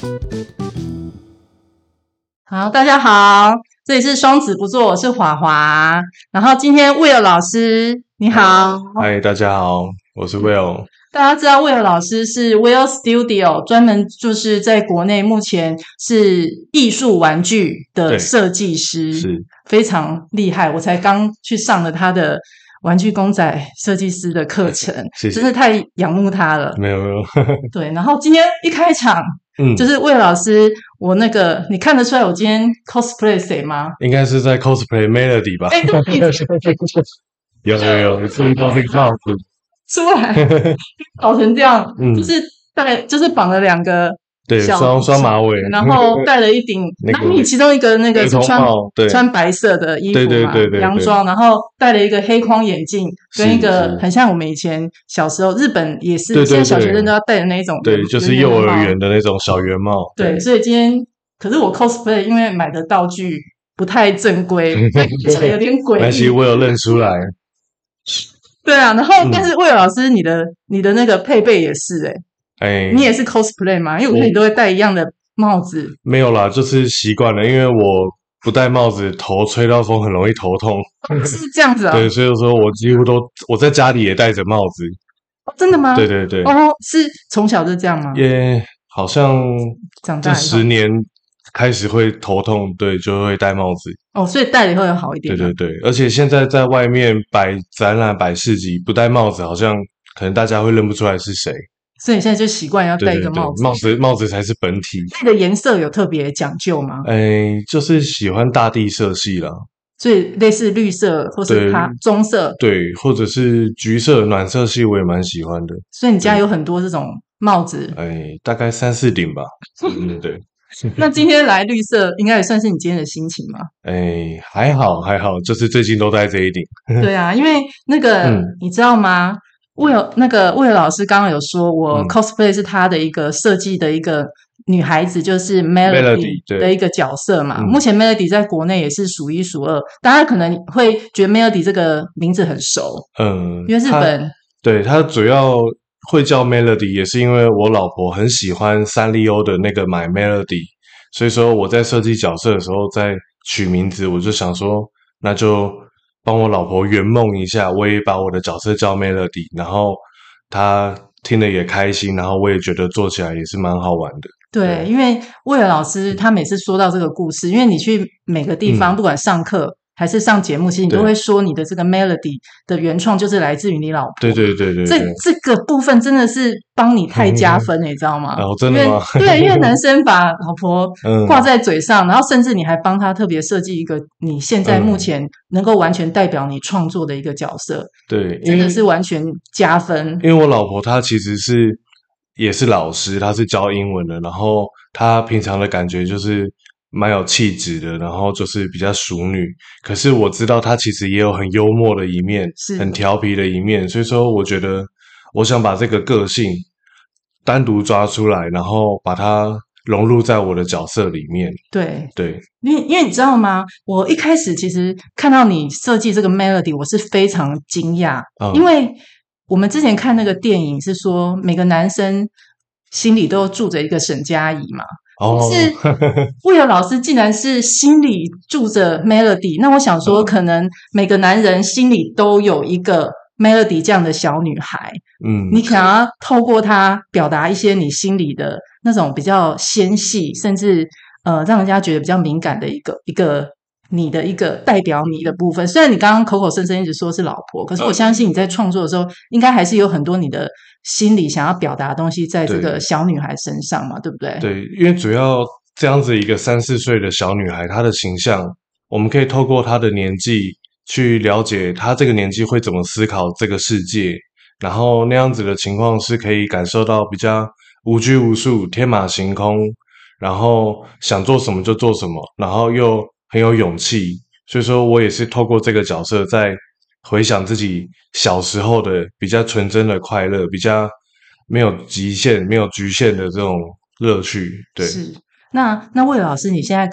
好，大家好，这里是双子不做，我是华华。然后今天 Will 老师，你好。 嗨，大家好，我是 Will。 大家知道 Will 老师是 Will Studio，专门就是在国内目前是艺术玩具的对， 设计师， 是， 非常厉害。我才刚去上了他的玩具公仔设计师的课程， 谢谢。 真是太仰慕他了。 没有没有， 对，然后今天一开场就嗯， 是魏老师，我那个你看得出来我今天 cosplay 谁吗？ 应该是在 cosplay Melody 吧？ 哎，对， 有有有，你注意到这个帽子？ 出来搞成这样，就嗯， 是就是绑了两个对， 小， 双马尾， 然后戴了一顶， 那个那你其中一个那个儿是童帽，对， 穿白色的衣对对服嘛， 对对对， 洋装，然后戴了一个黑框眼镜，跟一是是， 个很像我们以前小时候日本也是， 对现在小学对对生都要戴的那一种对，就圆是幼儿圆的帽。 园的那种小圆帽， 对， 对， 所以今天可是我 cosplay，因为买的道具不太正规，所以看起来有点诡没关系， 异。 我有认出来， 对啊，然后但嗯， 是魏老师，你的那个配备也是你哎， 也是 cosplay 吗？因为我看你我都会戴一样的帽子。 没有啦，就是习惯了，因为我不戴帽子，头吹到风很容易头痛。 是这样子啊？ 对，所以说我几乎都我在家里也戴着帽子。 哦真的吗？ 对对对， 哦，是从小就这样吗？ 也好像这长大以后 10年开始会头痛，对，就会戴帽子。 哦，所以戴了以后有好一点吗？ 对对对，而且现在在外面摆展览、摆市集，不戴帽子，好像可能大家会认不出来是谁。 所以你现在就习惯要戴一对对对， 个帽子。 帽子才是本体。 戴的颜色有特别讲究吗？ 哎，就是喜欢大地色系啦。 所以类似绿色或是对棕色， 对，或者是橘色、暖色系，我也蛮喜欢的。 所以你家对， 有很多这种帽子。 哎，大概3、4顶吧。对。 那今天来绿色，应该也算是你今天的心情吗？ 哎，还好还好，就是最近都戴这一顶。 对啊，因为那个嗯你知道吗？魏尔老师刚刚有说，我嗯 cosplay 是他的一个设计的一个女孩子，就是 Melody ，Melody 对， 的一个角色嘛。目嗯前 Melody 在国内也是数一数二，大家可能会觉得 Melody 这个名字很熟， 嗯， 因为日本他主要会叫 Melody，也是因为我老婆很喜欢三丽鸥的那个 My Melody，所以说我在设计角色的时候，在取名字，我就想说，那就帮我老婆圆梦一下，我也把我的角色叫 Melody，然后她听了也开心，然后我也觉得做起来也是蛮好玩的。 对， 对， 因为魏尔老师他每次说到这个故事，因为你去每个地方， 嗯， 不管上课还是上节目，其实你都会对， 说你的这个 melody 的原创就是来自于你老婆。 对对对对对， 这个部分真的是帮你太加分了，你知道吗？ 哦，真因为的吗？ 对，因为男生把老婆挂嗯在嘴上，然后甚至你还帮他特别设计一个你现在目嗯， 前能够完全代表你创作的一个角色， 对， 真的是完全加分。 因为我老婆她其实也是老师，她是教英文的，然后她平常的感觉就是蛮有气质的，然后就是比较淑女。可是我知道她其实也有很幽默的一面，很是， 调皮的一面，所以说我觉得我想把这个个性单独抓出来，然后把它融入在我的角色里面。 对。 对， 因为你知道吗？我一开始其实看到你设计这个 melody，我是非常惊讶，因嗯， 为我们之前看那个电影是说每个男生心里都住着一个沈佳宜嘛，但哦， 是魏尔老师竟然是心里住着 melody，那我想说，可能每个男人心里都有一个 melody 这样的小女孩， 嗯， 你想要透过她表达一些你心里的那种比较纤细，甚至让人家觉得比较敏感的一个你的一个代表你的部分。虽然你刚刚口口声声一直说是老婆，可是我相信你在创作的时候，应该还是有很多你的心里想要表达的东西在这个对。 小女孩身上嘛，对不对？ 对，因为主要这样子一个3、4岁的小女孩，她的形象，我们可以透过她的年纪去了解她这个年纪会怎么思考这个世界，然后那样子的情况是可以感受到比较无拘无束、天马行空，然后想做什么就做什么，然后又很有勇气。所以说我也是透过这个角色在回想自己小时候的比较纯真的快乐，比较没有极限、没有局限的这种乐趣。对， 是。那魏老师，你现在可以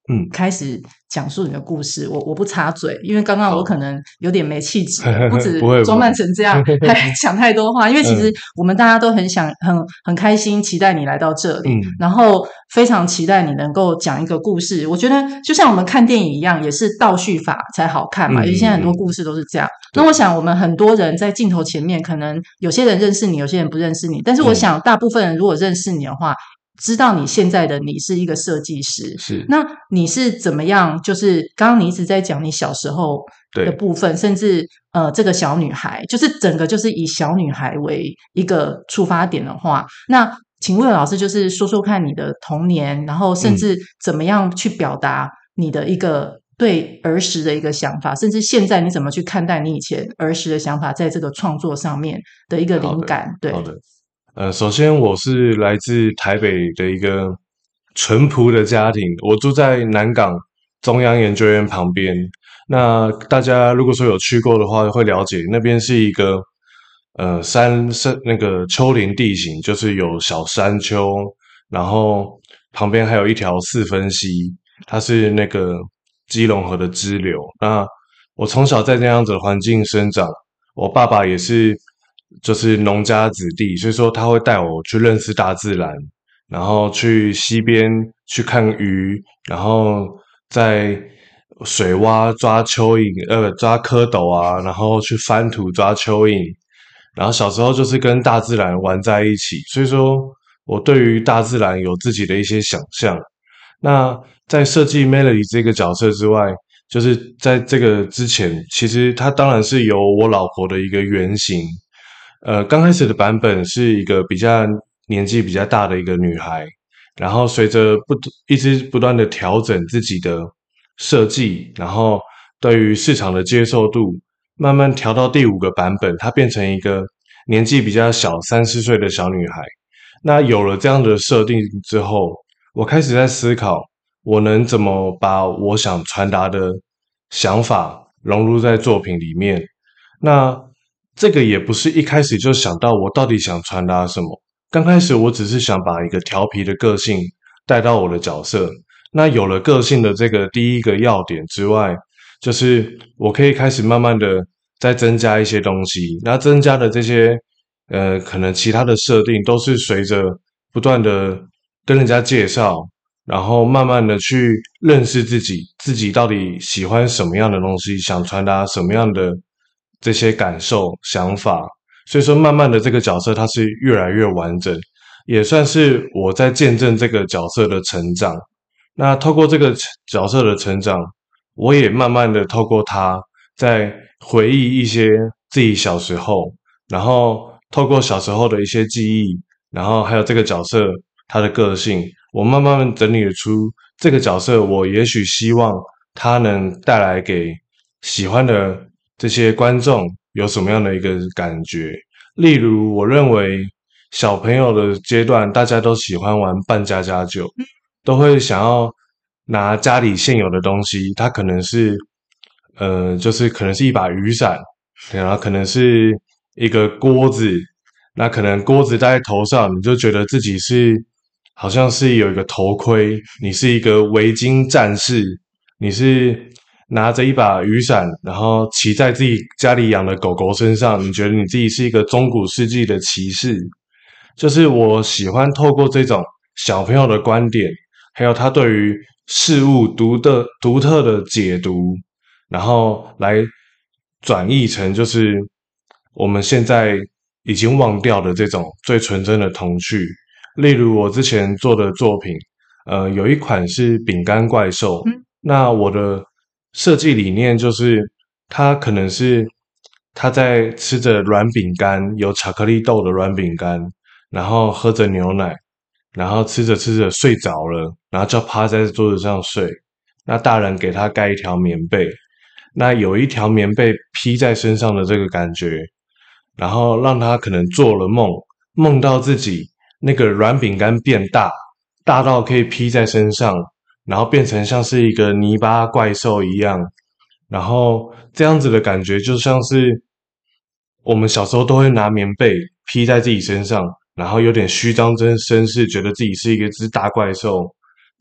开始讲述你的故事。我不插嘴，因为刚刚我可能有点没气质，不止不会装扮成这样，还讲太多话。因为其实我们大家都很开心，期待你来到这里，然后非常期待你能够讲一个故事。我觉得就像我们看电影一样，也是倒叙法才好看嘛，因为现在很多故事都是这样。那我想我们很多人在镜头前面，可能有些人认识你，有些人不认识你，但是我想大部分人如果认识你的话，知道你现在的你是一个设计师， 是。 那你是怎么样？就是刚刚你一直在讲你小时候的部分，甚至这个小女孩，就是整个就是以小女孩为一个出发点的话，那请魏老师就是说说看你的童年，然后甚至怎么样去表达你的一个对儿时的一个想法，甚至现在你怎么去看待你以前儿时的想法，在这个创作上面的一个灵感？对， 好的。首先我是来自台北的一个淳朴的家庭，我住在南港中央研究院旁边。那大家如果说有去过的话，会了解那边是一个那个丘陵地形，就是有小山丘，然后旁边还有一条四分溪，它是那个基隆河的支流。那我从小在那样子的环境生长，我爸爸也是就是农家子弟，所以说他会带我去认识大自然，然后去溪边去看鱼，然后在水洼抓蚯蚓，抓蝌蚪啊，然后去翻土抓蚯蚓，然后小时候就是跟大自然玩在一起，所以说我对于大自然有自己的一些想象。那在设计 Melody 这个角色之外，就是在这个之前，其实它当然是由我老婆的一个原型。刚开始的版本是一个年纪比较大的一个女孩，然后随着一直不断的调整自己的设计，然后对于市场的接受度，慢慢调到第5个版本，她变成一个年纪比较小3、4岁的小女孩。那有了这样的设定之后，我开始在思考，我能怎么把我想传达的想法融入在作品里面。那这个也不是一开始就想到我到底想传达什么，刚开始我只是想把一个调皮的个性带到我的角色。那有了个性的这个第一个要点之外，就是我可以开始慢慢的再增加一些东西。那增加的这些可能其他的设定都是随着不断的跟人家介绍，然后慢慢的去认识自己，自己到底喜欢什么样的东西，想传达什么样的这些感受、想法。所以说慢慢的这个角色它是越来越完整，也算是我在见证这个角色的成长。那透过这个角色的成长，我也慢慢的透过他在回忆一些自己小时候，然后透过小时候的一些记忆，然后还有这个角色他的个性，我慢慢整理出这个角色，我也许希望他能带来给喜欢的这些观众有什么样的一个感觉。例如我认为小朋友的阶段大家都喜欢玩扮家家酒，都会想要拿家里现有的东西，它可能是就是可能是一把雨伞，然后可能是一个锅子，那可能锅子戴在头上，你就觉得自己是好像是有一个头盔，你是一个维京战士，你是拿着一把雨伞，然后骑在自己家里养的狗狗身上，你觉得你自己是一个中古世纪的骑士。就是我喜欢透过这种小朋友的观点，还有他对于事物独特的解读，然后来转译成就是我们现在已经忘掉的这种最纯真的童趣。例如我之前做的作品，有一款是饼干怪兽，那我的设计理念就是它可能是他在吃着软饼干，有巧克力豆的软饼干，然后喝着牛奶，然后吃着吃着睡着了，然后就趴在桌子上睡。那大人给他盖一条棉被，那有一条棉被披在身上的这个感觉，然后让他可能做了梦，梦到自己那个软饼干变大，大到可以披在身上，然后变成像是一个泥巴怪兽一样，然后这样子的感觉就像是我们小时候都会拿棉被披在自己身上，然后有点虚张声势，觉得自己是一只大怪兽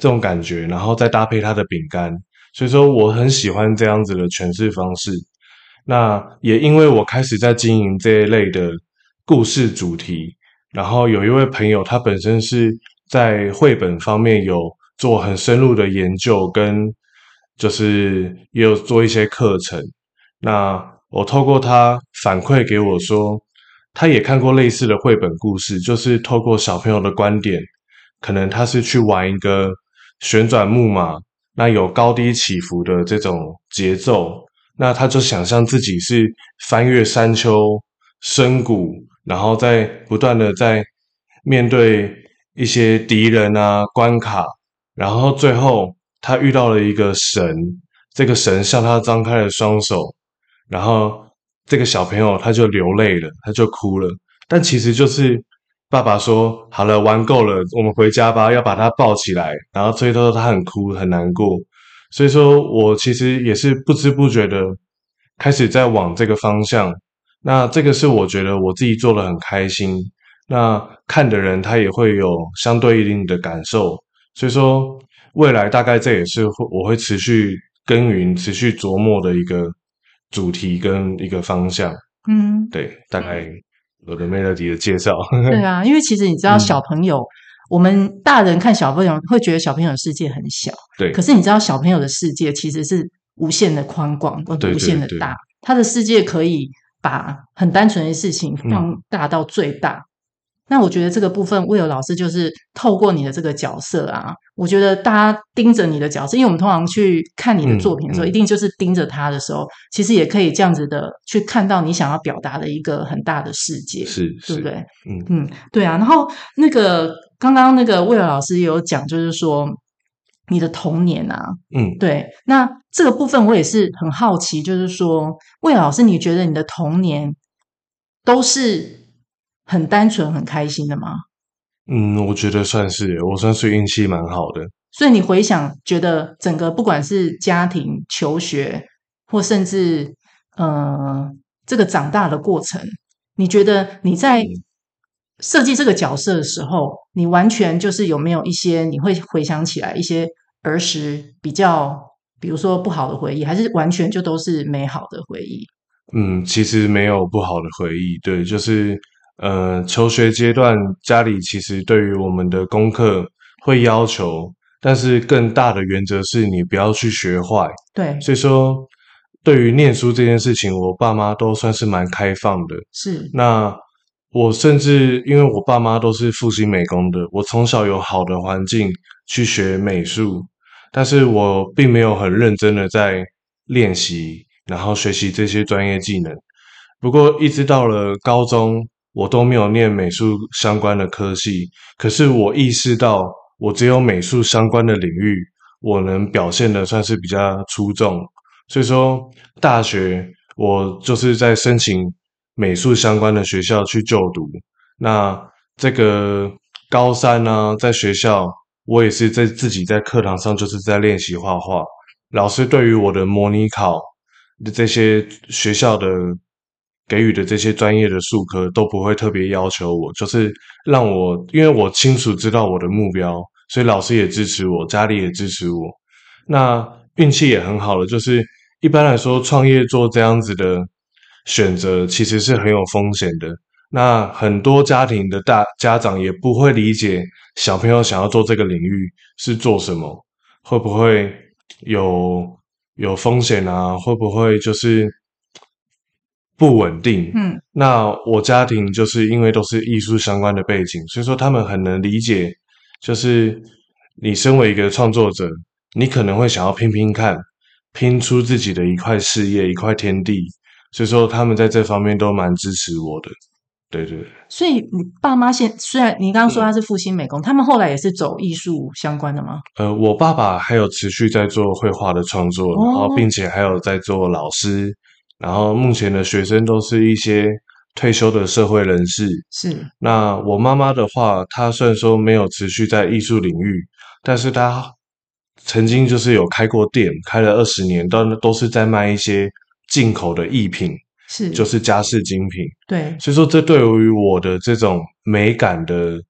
这种感觉，然后再搭配它的饼干，所以说我很喜欢这样子的诠释方式。那也因为我开始在经营这一类的故事主题，然后有一位朋友，他本身是在绘本方面有做很深入的研究，跟就是也有做一些课程。那我透过他反馈给我说，他也看过类似的绘本故事，就是透过小朋友的观点，可能他是去玩一个旋转木马，那有高低起伏的这种节奏，那他就想象自己是翻越山丘、深谷，然后在不断的在面对一些敌人啊、关卡，然后最后他遇到了一个神，这个神向他张开了双手，然后这个小朋友他就流泪了，他就哭了。但其实就是爸爸说好了，玩够了，我们回家吧，要把他抱起来。然后最后他很哭很难过，所以说我其实也是不知不觉的开始在往这个方向。那这个是我觉得我自己做的很开心，那看的人他也会有相对一定的感受。所以说未来大概这也是我会持续耕耘、持续琢磨的一个主题跟一个方向。 嗯， 对，大概我的 Melody 的介绍。 对啊，因为其实你知道，小嗯， 朋友，我们大人看小朋友会觉得小朋友的世界很小， 对， 可是你知道，小朋友的世界其实是无限的宽广跟对无对对， 限的大，他的世界可以把很单纯的事情嗯放大到最大。那我觉得这个部分，魏友老师就是透过你的这个角色啊，我觉得大家盯着你的角色，因为我们通常去看你的作品的时候，一定就是盯着他的时候，其实也可以这样子的去看到你想要表达的一个很大的世界， 是是， 对不对？ 嗯对啊。然后那个刚刚那个魏友老师也有讲，就是说你的童年啊， 嗯。 对，那这个部分我也是很好奇，就是说魏友老师，你觉得你的童年都是很单纯、很开心的吗？ 嗯，我觉得算是耶，我算是运气蛮好的。 所以你回想，觉得整个不管是家庭、求学，或甚至这个长大的过程，你觉得你在嗯设计这个角色的时候，你完全就是有没有一些你会回想起来一些儿时比较，比如说不好的回忆，还是完全就都是美好的回忆？ 嗯，其实没有不好的回忆，对，就是求学阶段家里其实对于我们的功课会要求，但是更大的原则是你不要去学坏。 对， 所以说，对于念书这件事情，我爸妈都算是蛮开放的。 是， 那我甚至因为我爸妈都是复兴美工的，我从小有好的环境去学美术，但是我并没有很认真的在练习，然后学习这些专业技能。不过一直到了高中，我都没有念美术相关的科系，可是我意识到，我只有美术相关的领域，我能表现的算是比较出众。所以说，大学我就是在申请美术相关的学校去就读。那这个高三呢，在学校我也是在自己在课堂上就是在练习画画。老师对于我的模拟考的这些学校的给予的这些专业的术科都不会特别要求我，就是让我，因为我清楚知道我的目标，所以老师也支持我，家里也支持我。那运气也很好的，就是一般来说，创业做这样子的选择，其实是很有风险的。那很多家庭的家长也不会理解小朋友想要做这个领域是做什么，会不会有风险啊？会不会就是不稳定？ 嗯。 那我家庭就是因为都是艺术相关的背景，所以说他们很能理解，就是你身为一个创作者，你可能会想要拼拼看，拼出自己的一块事业、一块天地，所以说他们在这方面都蛮支持我的。对对， 所以你爸妈虽然你刚刚说他嗯， 是复兴美工，他们后来也是走艺术相关的吗？ 我爸爸还有持续在做绘画的创作，然后哦， 并且还有在做老师，然后目前的学生都是一些退休的社会人士。 是那我妈妈的话，她虽然说没有持续在艺术领域，但是她曾经就是有开过店，开了20年，都是在卖一些进口的艺品，就是， 是家饰精品。 对， 所以说，这对于我的这种美感的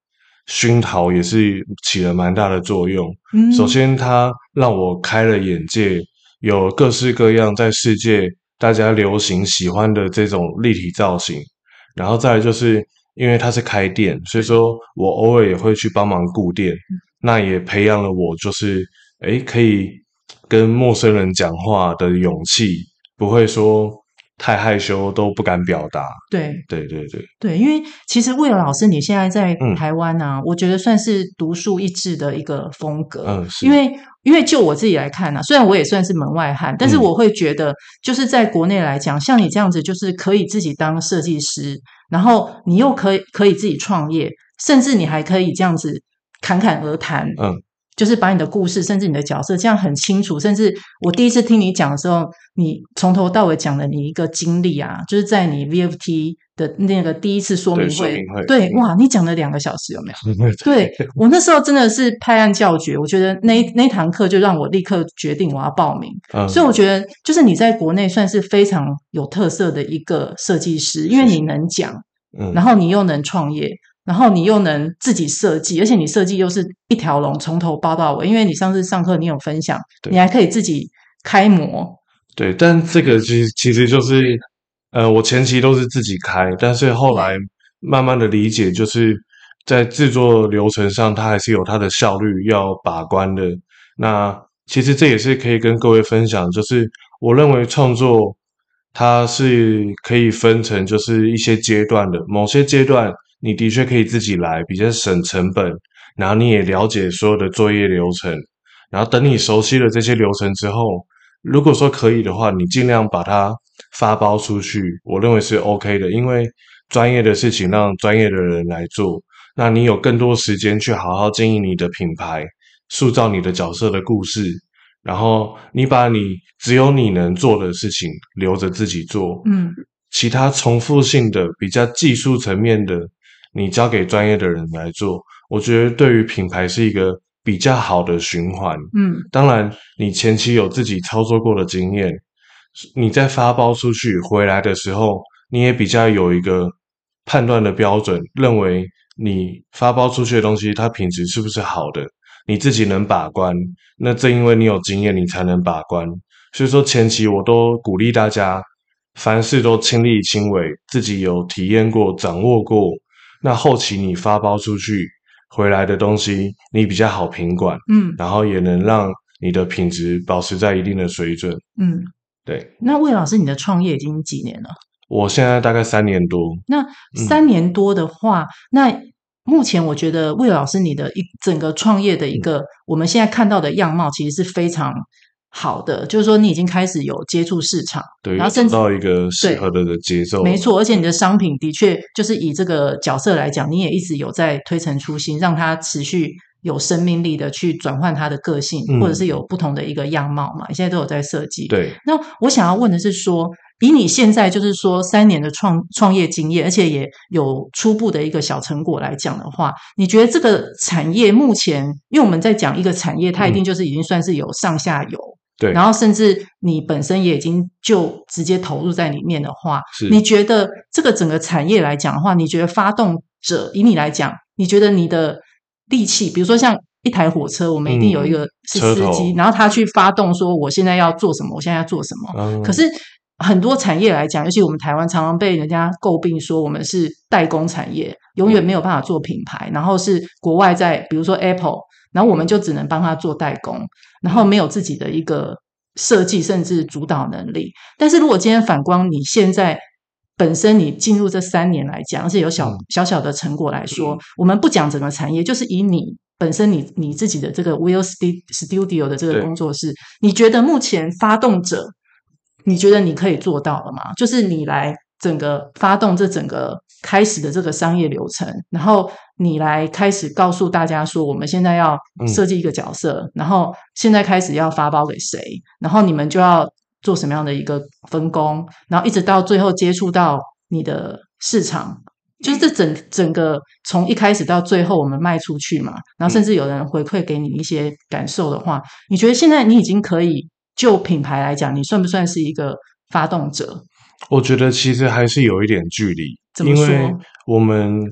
熏陶也是起了蛮大的作用。首嗯， 先，它让我开了眼界，有各式各样在世界大家流行喜欢的这种立体造型。然后再来就是因为它是开店，所以说我偶尔也会去帮忙顾店，那也培养了我就是可以跟陌生人讲话的勇气，不会说太害羞都不敢表达。 对。 对对对， 对，因为其实魏尔老师你现在在嗯台湾啊，我觉得算是独树一帜的一个风格。 嗯是， 因为就我自己来看啊，虽然我也算是门外汉，但是嗯我会觉得，就是在国内来讲，像你这样子，就是可以自己当设计师，然后你又可以自己创业，甚至你还可以这样子侃侃而谈， 嗯就是把你的故事，甚至你的角色这样很清楚。甚至我第一次听你讲的时候，你从头到尾讲了你一个经历啊，就是在你 VFT 的那个第一次说对， 明会， 说明会， 对，哇，你讲了2个小时，有没有？对， 对， 我那时候真的是拍案叫绝，我觉得那堂课就让我立刻决定我要报名。所以我嗯觉得，就是你在国内算是非常有特色的一个设计师，因为你谢谢， 能讲，然嗯后你又能创业，然后你又能自己设计，而且你设计又是一条龙从头包到尾。因为你上次上课你有分享，你对。 还可以自己开模， 对，但这个其实就是，我前期都是自己开，但是后来对， 慢慢的理解，就是在制作流程上，它还是有它的效率要把关的。那其实这也是可以跟各位分享，就是我认为创作它是可以分成就是一些阶段的，某些阶段你的确可以自己来，比较省成本，然后你也了解所有的作业流程，然后等你熟悉了这些流程之后。如果说可以的话，你尽量把它发包出去，我认为是 OK 的，因为专业的事情让专业的人来做，那你有更多时间去好好经营你的品牌，塑造你的角色的故事，然后你把你只有你能做的事情留着自己做， 嗯其他重复性的比较技术层面的，你交给专业的人来做，我觉得对于品牌是一个比较好的循环。 嗯当然，你前期有自己操作过的经验，你在发包出去回来的时候，你也比较有一个判断的标准，认为你发包出去的东西它品质是不是好的，你自己能把关。那正因为你有经验，你才能把关。所以说前期我都鼓励大家，凡事都亲力亲为，自己有体验过、掌握过。那后期你发包出去回来的东西，你比较好品管。 嗯然后也能让你的品质保持在一定的水准。 嗯。 对， 那魏老师，你的创业已经几年了？ 我现在大概3年多， 那嗯 3年多的话，那目前我觉得魏老师你的整个创业的一嗯， 个我们现在看到的样貌，其实是非常好的，就是说你已经开始有接触市场， 对， 然后甚至要找到一个适对， 合的节奏了。 没错，而且你的商品的确就是以这个角色来讲，你也一直有在推陈出新，让它持续有生命力的去转换它的个性，或者是嗯， 有不同的一个样貌嘛。你现在都有在设计。 对， 那我想要问的是说，以你现在就是说3年的创业经验，而且也有初步的一个小成果来讲的话，你觉得这个产业目前，因为我们在讲一个产业，它一定嗯， 就是已经算是有上下游。然对， 后甚至你本身也已经就直接投入在里面的话，你是， 觉得这个整个产业来讲的话，你觉得发动者以你来讲，你觉得你的力气，比如说像一台火车，我们一定有一嗯， 个是车头， 司机，然后他去发动说我现在要做什么，我现在要做什么。可嗯是很多产业来讲，尤其我们台湾常常被人家诟病说我们是代工产业，永远没有办法做品牌，然后是国外在比如说 Apple，然后我们就只能帮他做代工。然后没有自己的一个设计甚至主导能力。但是如果今天反观你现在本身你进入这3年来讲，而且有嗯小小的成果来说，我们不讲整个产业，就是以你本身你自己的这个 Will Studio 的这个对。 工作室，你觉得目前发动者，你觉得你可以做到了吗？就是你来整个发动这整个开始的这个商业流程，然后你来开始告诉大家说，我们现在要设嗯， 计一个角色，然后现在开始要发包给谁，然后你们就要做什么样的一个分工，然后一直到最后接触到你的市场。就是这整个从一开始到最后，我们卖出去嘛，然后甚至有人回馈给你一些感受的话，你觉得现在你已经可以就品牌来讲，你算不算是一个发动者？ 我觉得其实还是有一点距离， 怎么因为说？ 我们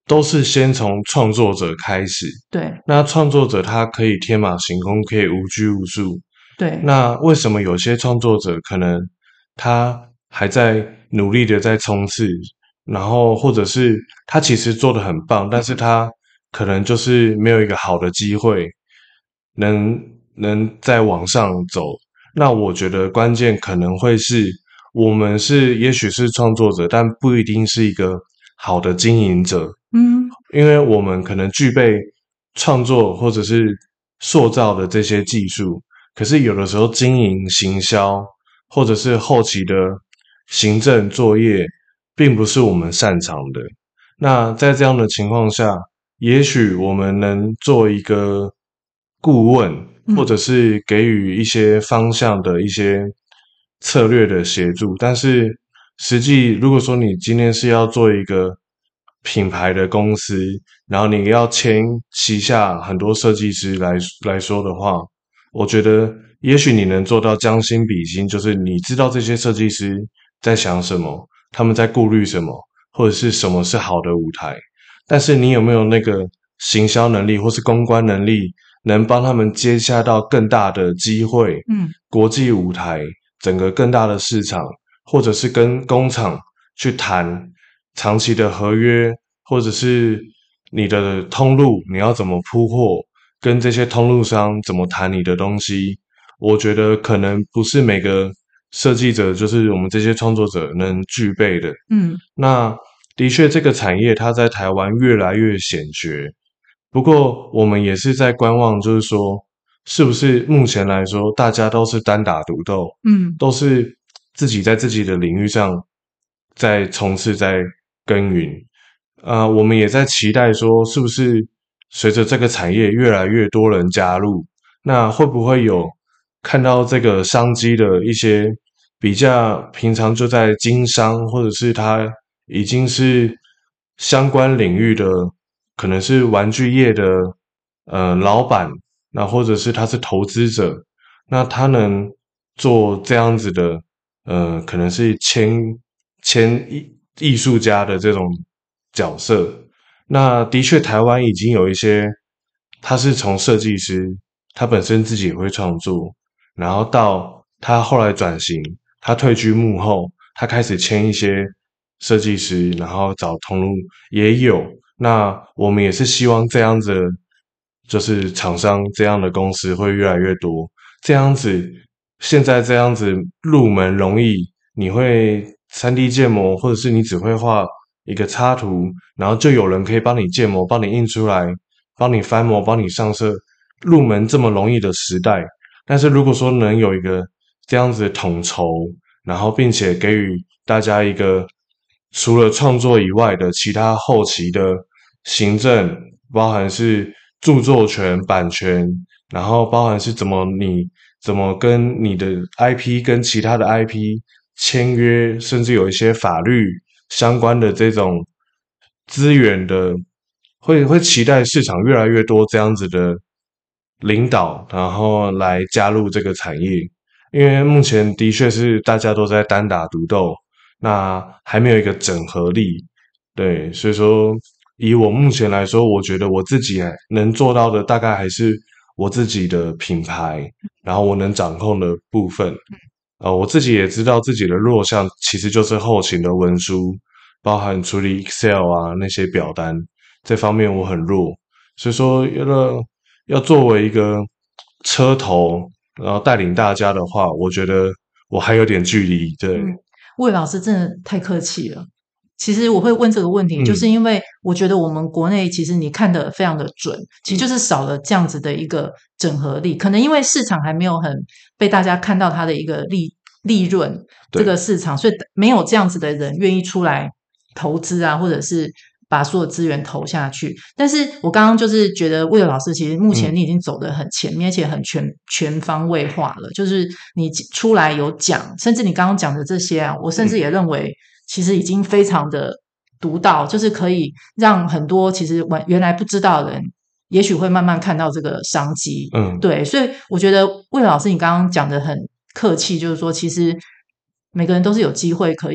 都是先从创作者开始。 对那创作者他可以天马行空，可以无拘无束。 对， 那为什么有些创作者可能他还在努力的在冲刺，然后或者是他其实做得很棒，但是他可能就是没有一个好的机会能再往上走。那我觉得关键可能会是我们也许是创作者，但不一定是一个好的经营者。 嗯因为我们可能具备创作或者是塑造的这些技术，可是有的时候经营、行销或者是后期的行政作业，并不是我们擅长的。那在这样的情况下，也许我们能做一个顾问，或者嗯是给予一些方向的一些策略的协助，但是实际如果说你今天是要做一个品牌的公司，然后你要签旗下很多设计师来说的话，我觉得也许你能做到将心比心，就是你知道这些设计师在想什么，他们在顾虑什么，或者是什么是好的舞台，但是你有没有那个行销能力或是公关能力，能帮他们接洽到更大的机会， 嗯国际舞台，整个更大的市场，或者是跟工厂去谈长期的合约，或者是你的通路你要怎么铺货，跟这些通路商怎么谈你的东西，我觉得可能不是每个设计者，就是我们这些创作者能具备的。 嗯那的确，这个产业它在台湾越来越显学，不过我们也是在观望，就是说，是不是目前来说，大家都是单打独斗， 嗯都是自己在自己的领域上在冲刺、在耕耘。我们也在期待说，是不是随着这个产业越来越多人加入，那会不会有看到这个商机的一些比较平常就在经商，或者是他已经是相关领域的，可能是玩具业的老板，那或者是他是投资者，那他能做这样子的可能是签艺术家的这种角色。那的确，台湾已经有一些，他是从设计师，他本身自己也会创作，然后到他后来转型，他退居幕后，他开始签一些设计师，然后找通路也有。那我们也是希望这样子，就是厂商这样的公司会越来越多。这样子，现在这样子入门容易，你会3D 建模，或者是你只会画一个插图，然后就有人可以帮你建模，帮你印出来，帮你翻模，帮你上色。入门这么容易的时代，但是如果说能有一个这样子的统筹，然后并且给予大家一个除了创作以外的其他后期的行政，包含是著作权、版权，然后包含是怎么跟你的 IP 跟其他的 IP 签约，甚至有一些法律相关的这种资源的，会期待市场越来越多这样子的领导，然后来加入这个产业。因为目前的确是大家都在单打独斗，那还没有一个整合力。对，所以说以我目前来说，我觉得我自己能做到的大概还是我自己的品牌，然后我能掌控的部分。我自己也知道自己的弱项其实就是后勤的文书，包含处理 Excel 啊那些表单，这方面我很弱。所以说，要作为一个车头，然后带领大家的话，我觉得我还有点距离。对， 嗯，魏老师真的太客气了。其实我会问这个问题，就是嗯， 因为我觉得我们国内其实你看得非常的准，其实就是少了这样子的一个整合力。可能因为市场还没有很被大家看到它的一个利润这对， 个市场，所以没有这样子的人愿意出来投资啊，或者是把所有资源投下去。但是我刚刚就是觉得魏老师其实目前嗯， 你已经走得很前面，而且很全方位化了。就是你出来有讲，甚至你刚刚讲的这些啊，我甚至也认为其实已经非常的独到，就是可以让很多其实原来不知道的人，也许会慢慢看到这个商机。 嗯， 对，所以我觉得魏老师你刚刚讲的很客气，就是说其实每个人都是有机会可以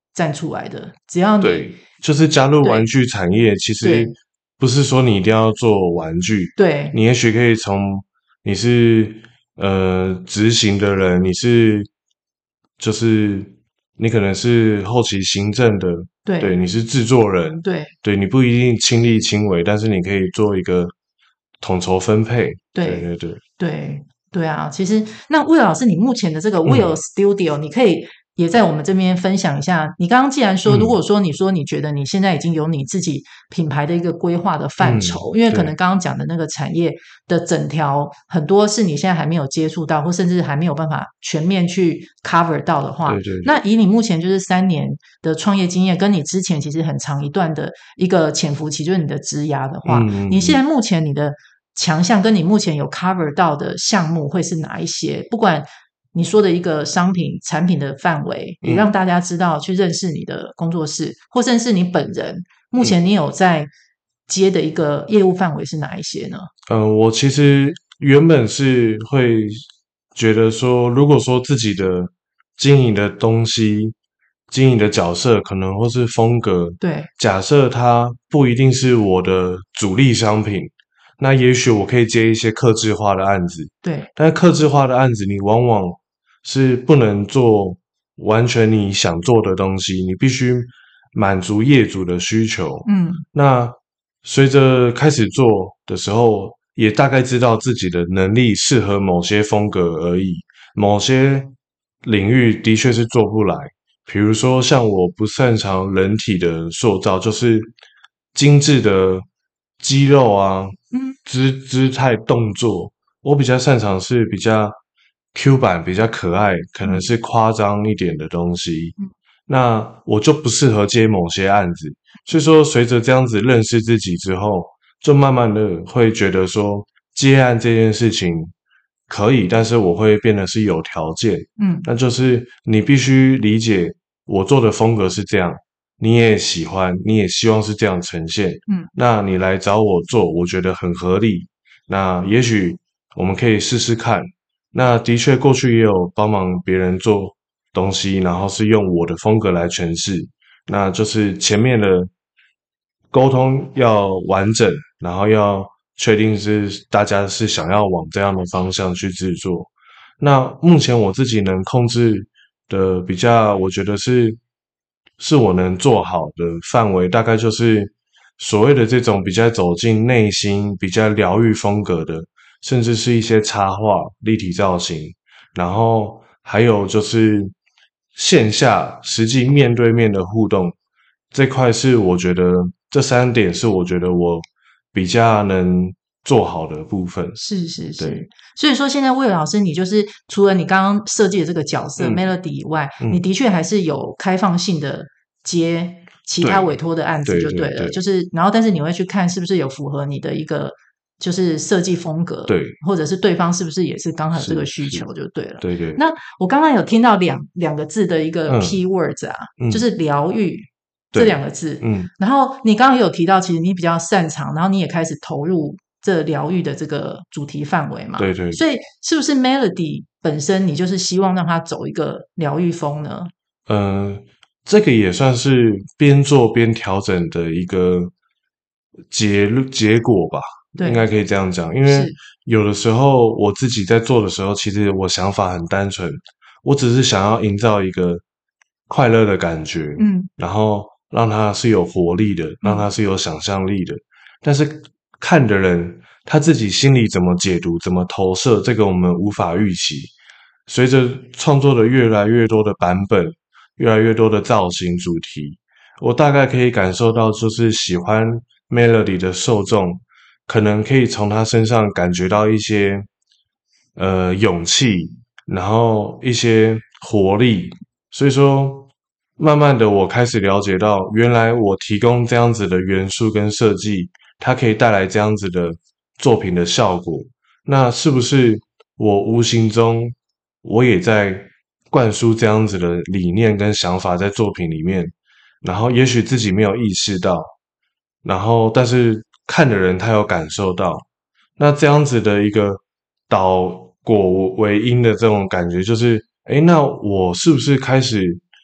站出来的。只要你对，就是加入玩具产业，其实对不是说你一定要做玩具， 对你也许可以从你是执行的人，就是你可能是后期行政的，对， 对你是制作人， 对对你不一定亲力亲为，但是你可以做一个统筹分配，对对对对， 对对啊！其实那魏老师，你目前的这个 Will 嗯 Studio，你可以也在我们这边分享一下。你刚刚既然说，如嗯果说你说你觉得你现在已经有你自己品牌的一个规划的范嗯， 畴，因为可对， 能刚刚讲的那个产业的整条很多是你现在还没有接触到，或甚至还没有办法全面去 cover 到的话， 对对对， 那以你目前就是3年的创业经验，跟你之前其实很长一段的一个潜伏期，就是你的职涯的话，你现在目前你的强项跟你目前有 cover 到的项目会是哪一些？不管你说的一个商品产品的范围，也让大家知道去认识你的工作室，或甚至是你本人，目前你有在接的一个业务范围是哪一些呢？ 我其实原本是会觉得说，如果说自己的经营的东西、经营的角色，可能或是风格， 对假设它不一定是我的主力商品，那也许我可以接一些客制化的案子。 对但是客制化的案子，你往往是不能做完全你想做的东西，你必须满足业主的需求。 嗯那随着开始做的时候，也大概知道自己的能力适合某些风格而已，某些领域的确是做不来。比如说，像我不擅长人体的塑造，就是精致的肌肉啊、 嗯姿态、动作，我比较擅长是比较 Q 版、比较可爱，可能嗯是夸张一点的东西。 嗯那我就不适合接某些案子，所以说随着这样子认识自己之后，就慢慢的会觉得说接案这件事情可以，但是我会变得是有条件， 嗯那就是你必须理解我做的风格是这样，你也喜欢，你也希望是这样呈现， 嗯那你来找我做，我觉得很合理。那也许我们可以试试看。那的确，过去也有帮忙别人做东西，然后是用我的风格来诠释。那就是前面的沟通要完整，然后要确定是大家是想要往这样的方向去制作。那目前我自己能控制的比较，我觉得是我能做好的范围，大概就是所谓的这种比较走进内心、比较疗愈风格的，甚至是一些插画、立体造型，然后还有就是线下实际面对面的互动这块，是我觉得这3点是我觉得我比较能做好的部分。 是是对， 是，所以说现在魏老师，你就是除了你刚刚设计的这个角色嗯 Melody 以外，你嗯， 的确还是有开放性的接其他对委托的案子对就对了， 对对就是然后但是你会去看是不是有符合你的一个就是设计风格， 对， 或者是对方是不是也是刚好有这个是是， 需求就对了。 对对， 那我刚刚有听到两个字的一个嗯 key words 啊，就嗯， 是疗愈这对， 两个字， 嗯然后你刚刚也有提到，其实你比较擅长，然后你也开始投入这疗愈的这个主题范围嘛， 对对。 所以是不是 Melody 本身你就是希望让它走一个疗愈风呢？ 嗯，这个也算是边做边调整的一个结果吧，应该对， 可以这样讲。因为是， 有的时候我自己在做的时候，其实我想法很单纯，我只是想要营造一个快乐的感觉， 嗯然后让它是有活力的，让嗯它是有想象力的。但是看的人他自己心里怎么解读、怎么投射，这个我们无法预期。随着创作的越来越多的版本，越来越多的造型主题，我大概可以感受到，就是喜欢 Melody 的受众，可能可以从他身上感觉到一些勇气，然后一些活力。所以说，慢慢的我开始了解到，原来我提供这样子的元素跟设计，它可以带来这样子的作品的效果。那是不是我无形中我也在灌输这样子的理念跟想法在作品里面？然后也许自己没有意识到，然后但是看的人他有感受到，那这样子的一个导果为因的这种感觉，就是，诶，那我是不是开始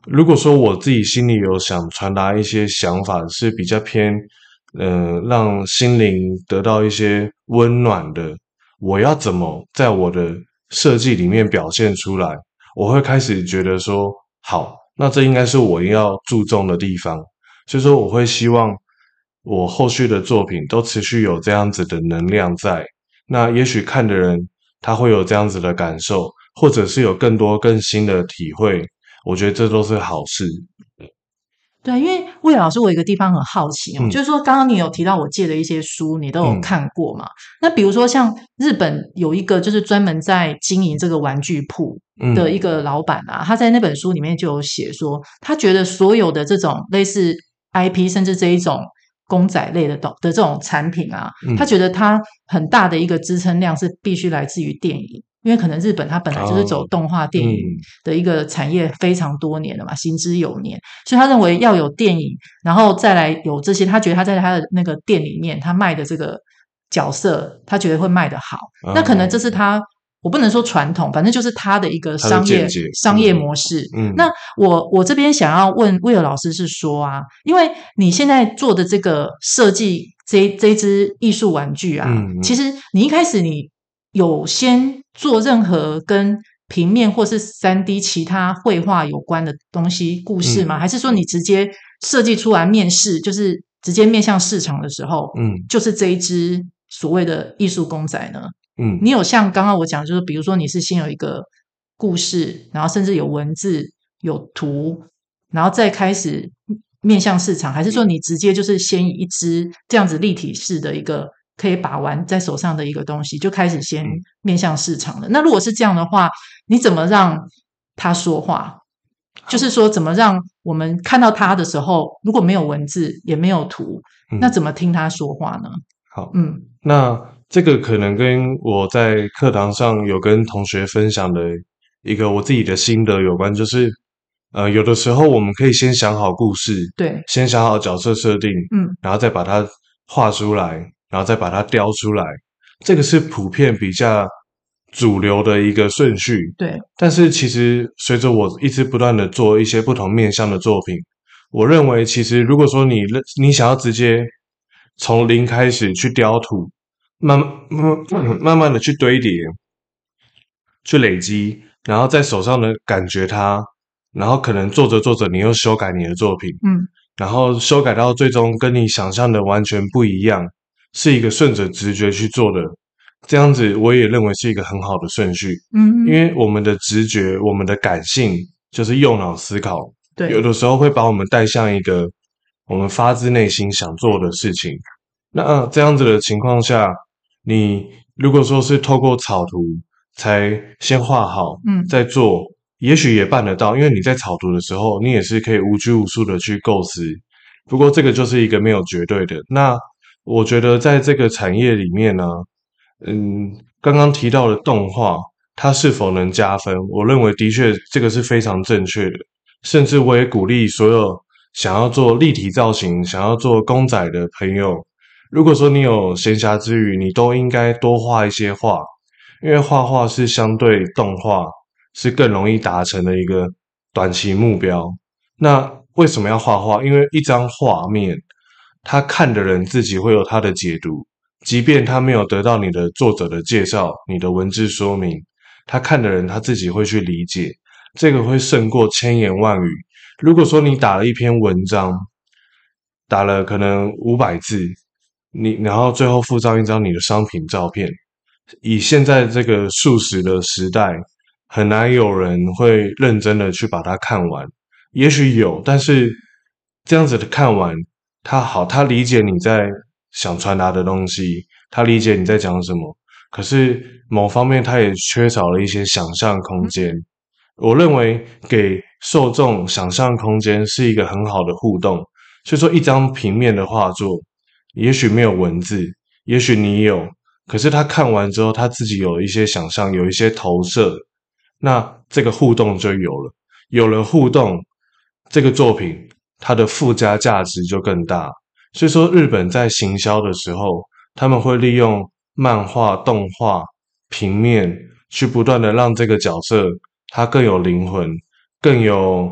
如果说我自己心里有想传达一些想法，是比较偏让心灵得到一些温暖的，我要怎么在我的设计里面表现出来？我会开始觉得说，好，那这应该是我要注重的地方。所以说，我会希望我后续的作品都持续有这样子的能量在。那也许看的人他会有这样子的感受，或者是有更多更新的体会，我觉得这都是好事。 对，因为魏老师，我有一个地方很好奇哦， 嗯就是说刚刚你有提到我借的一些书，你都有嗯看过嘛？那比如说像日本有一个就是专门在经营这个玩具铺的一嗯个老板啊，他在那本书里面就有写说，他觉得所有的这种类似 IP 甚至这一种公仔类的这种产品啊，他嗯， 觉得它很大的一个支撑量是必须来自于电影。因为可能日本它本来就是走哦， 动画电影嗯的一个产业非常多年了嘛，行之有年，所以他认为要有电影，然后再来有这些，他觉得他在他的那个店里面，他卖的这个角色，他觉得会卖得好。那可能这哦， 是他，我不能说传统，反正就是他的一个他的商业见解， 商业模式。那嗯我这边想要问威尔老师是说啊，因为你现在做的这个设计这一只艺术玩具啊，其嗯嗯实你一开始你有先做任何跟平面或是3D 其他绘画有关的东西故事吗？ 嗯还是说你直接设计出来面试，就是直接面向市场的时候， 嗯就是这一只所谓的艺术公仔呢？你嗯有像刚刚我讲，就是比如说你是先有一个故事，然后甚至有文字、有图，然后再开始面向市场，还是说你直接就是先以一只这样子立体式的一个可以把玩在手上的一个东西，就开始先嗯， 面向市场了？那如果是这样的话，你怎么让他说话？就是好， 说，怎么让我们看到他的时候，如果没有文字也没有图，那嗯怎么听他说话呢？ 好。 嗯， 那这个可能跟我在课堂上有跟同学分享的一个我自己的心得有关，就是有的时候我们可以先想好故事， 对， 先想好角色设定， 嗯， 然后再把它画出来，然后再把它雕出来，这个是普遍比较主流的一个顺序。 对， 但是其实随着我一直不断的做一些不同面向的作品，我认为其实如果说你想要直接从零开始去雕图，慢慢的去堆叠，去累积，然后在手上的感觉它，然后可能做着做着你又修改你的作品， 嗯然后修改到最终跟你想象的完全不一样，是一个顺着直觉去做的，这样子我也认为是一个很好的顺序，因嗯， 为我们的直觉、我们的感性就是右脑思考，有对， 的时候会把我们带向一个我们发自内心想做的事情。那这样子的情况下，你如果说是透过草图才先画好嗯再做，也许也办得到，因为你在草图的时候，你也是可以无拘无束的去构思。不过这个就是一个没有绝对的。那我觉得在这个产业里面呢，刚刚提到的动画，它是否能加分？我认为的确这个是非常正确的。甚至我也鼓励所有想要做立体造型、想要做公仔的朋友，如果说你有闲暇之余，你都应该多画一些画，因为画画是相对动画是更容易达成的一个短期目标。那为什么要画画？因为一张画面，他看的人自己会有他的解读，即便他没有得到你的作者的介绍、你的文字说明，他看的人他自己会去理解，这个会胜过千言万语。如果说你打了一篇文章，打了可能500字，然后最后附上一张你的商品照片，以现在这个速食的时代，很难有人会认真的去把它看完。也许有，但是这样子的看完，他好，他理解你在想传达的东西，他理解你在讲什么，可是某方面他也缺少了一些想象空间。我认为给受众想象空间是一个很好的互动。所以说，一张平面的画作，也许没有文字，也许你有，可是他看完之后，他自己有一些想象，有一些投射，那这个互动就有了。有了互动，这个作品它的附加价值就更大。所以说，日本在行销的时候，他们会利用漫画、动画、平面去不断的让这个角色它更有灵魂，更有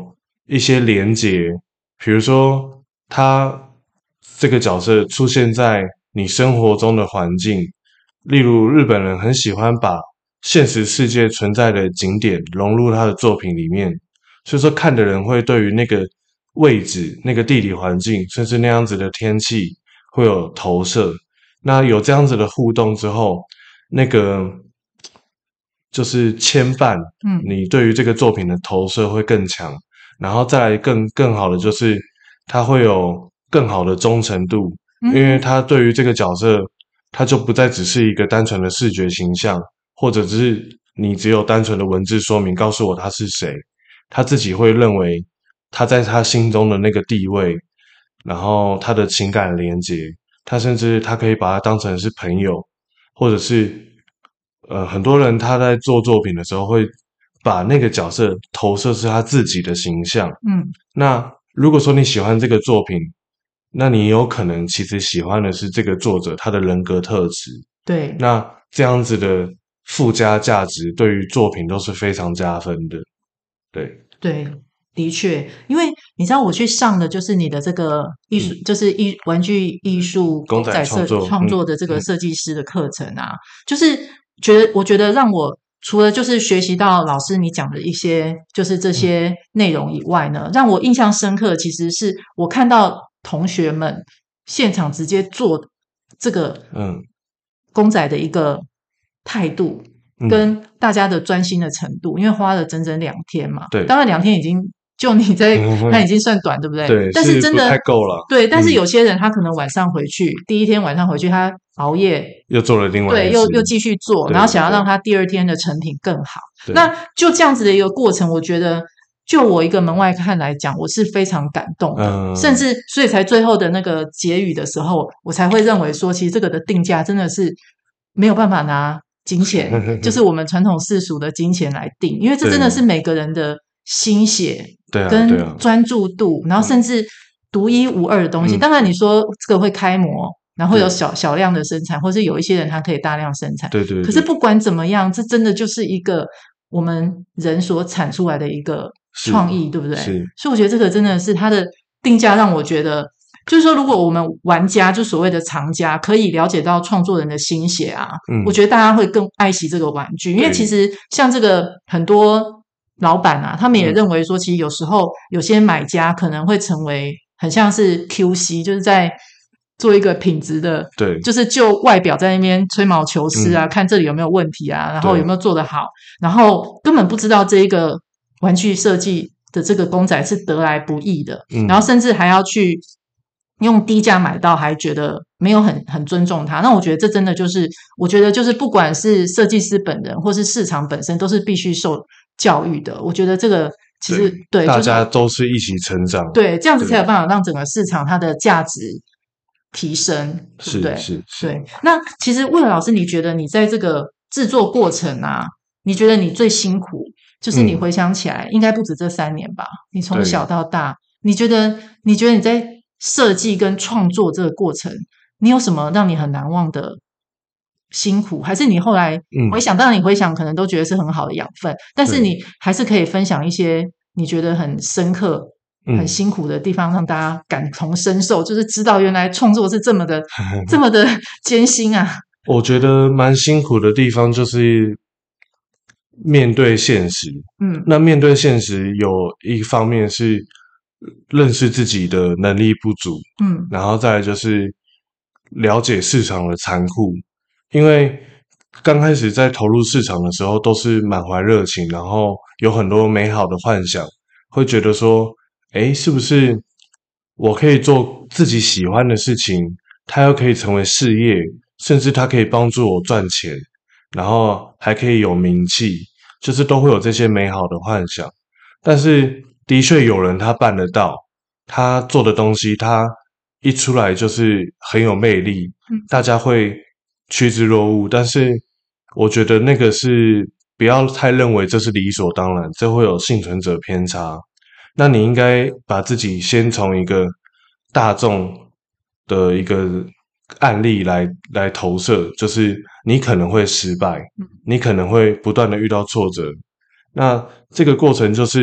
一些连结，比如说他这个角色出现在你生活中的环境，例如日本人很喜欢把现实世界存在的景点融入他的作品里面，所以说看的人会对于那个位置、那个地理环境，甚至那样子的天气会有投射。那有这样子的互动之后，那个就是牵绊，你对于这个作品的投射会更强，然后再来更好的就是它会有更好的忠诚度，因为他对于这个角色，他就不再只是一个单纯的视觉形象，或者只是你只有单纯的文字说明告诉我他是谁，他自己会认为他在他心中的那个地位，然后他的情感连结，他甚至他可以把他当成是朋友，或者是很多人他在做作品的时候会把那个角色投射是他自己的形象。那如果说你喜欢这个作品，那你有可能其实喜欢的是这个作者他的人格特质。 对， 那这样子的附加价值对于作品都是非常加分的。对对，的确，因为你知道我去上的就是你的这个艺术，就是玩具艺术公仔设创作创作的这个设计师的课程啊，就是我觉得让我除了就是学习到老师你讲的一些就是这些内容以外呢，让我印象深刻，其实是我看到同学们现场直接做这个公仔的一个态度。跟大家的专心的程度，因为花了整整2天嘛， 对， 当然2天已经就你在看已经算短，对不对？ 对， 但是真的不太够了。 对，但是有些人他可能晚上回去，第一天晚上回去他熬夜， 又做了另外对，又继续做，然后想要让他第2天的成品更好。那就这样子的一个过程，我觉得就我一个门外看来讲，我是非常感动的，甚至所以才最后的那个结语的时候，我才会认为说，其实这个的定价真的是没有办法拿金钱，就是我们传统世俗的金钱来定，因为这真的是每个人的心血跟专注度，然后甚至独一无二的东西。当然你说这个会开模，然后有小量的生产，或是有一些人他可以大量生产， 对。可是不管怎么样，这真的就是一个我们人所产出来的一个创意，对不对？所以我觉得这个真的是它的定价让我觉得。就是说，如果我们玩家，就所谓的藏家，可以了解到创作人的心血啊，我觉得大家会更爱惜这个玩具，因为其实像这个很多老板啊，他们也认为说，其实有时候有些买家可能会成为很像是 QC，就是在做一个品质的， 对， 就是就外表在那边吹毛求疵啊，看这里有没有问题啊，然后有没有做得好，然后根本不知道这一个玩具设计的这个公仔是得来不易的，然后甚至还要去。用低价买到，还觉得没有很尊重他，那我觉得这真的就是，我觉得就是不管是设计师本人或是市场本身，都是必须受教育的。我觉得这个其实对大家都是一起成长， 对，这样子才有办法让整个市场它的价值提升，对不对？ 是。 对。那其实魏老师，你觉得你在这个制作过程啊，你觉得你最辛苦，就是你回想起来，应该不止这3年吧？你从小到大，你觉得你在设计跟创作这个过程，你有什么让你很难忘的辛苦？还是你后来回想，当然你回想可能都觉得是很好的养分，但是你还是可以分享一些你觉得很深刻、很辛苦的地方，让大家感同身受，就是知道原来创作是这么的艰辛啊。 我觉得蛮辛苦的地方就是面对现实。那面对现实有一方面是认识自己的能力不足，然后再来就是了解市场的残酷，因为刚开始在投入市场的时候都是满怀热情，然后有很多美好的幻想，会觉得说，是不是我可以做自己喜欢的事情，它又可以成为事业，甚至它可以帮助我赚钱，然后还可以有名气，就是都会有这些美好的幻想。但是的确有人他办得到，他做的东西他一出来就是很有魅力，大家会趋之若鹜。但是我觉得那个是不要太认为这是理所当然，这会有幸存者偏差。那你应该把自己先从一个大众的一个案例来投射，就是你可能会失败，你可能会不断的遇到挫折。那这个过程就是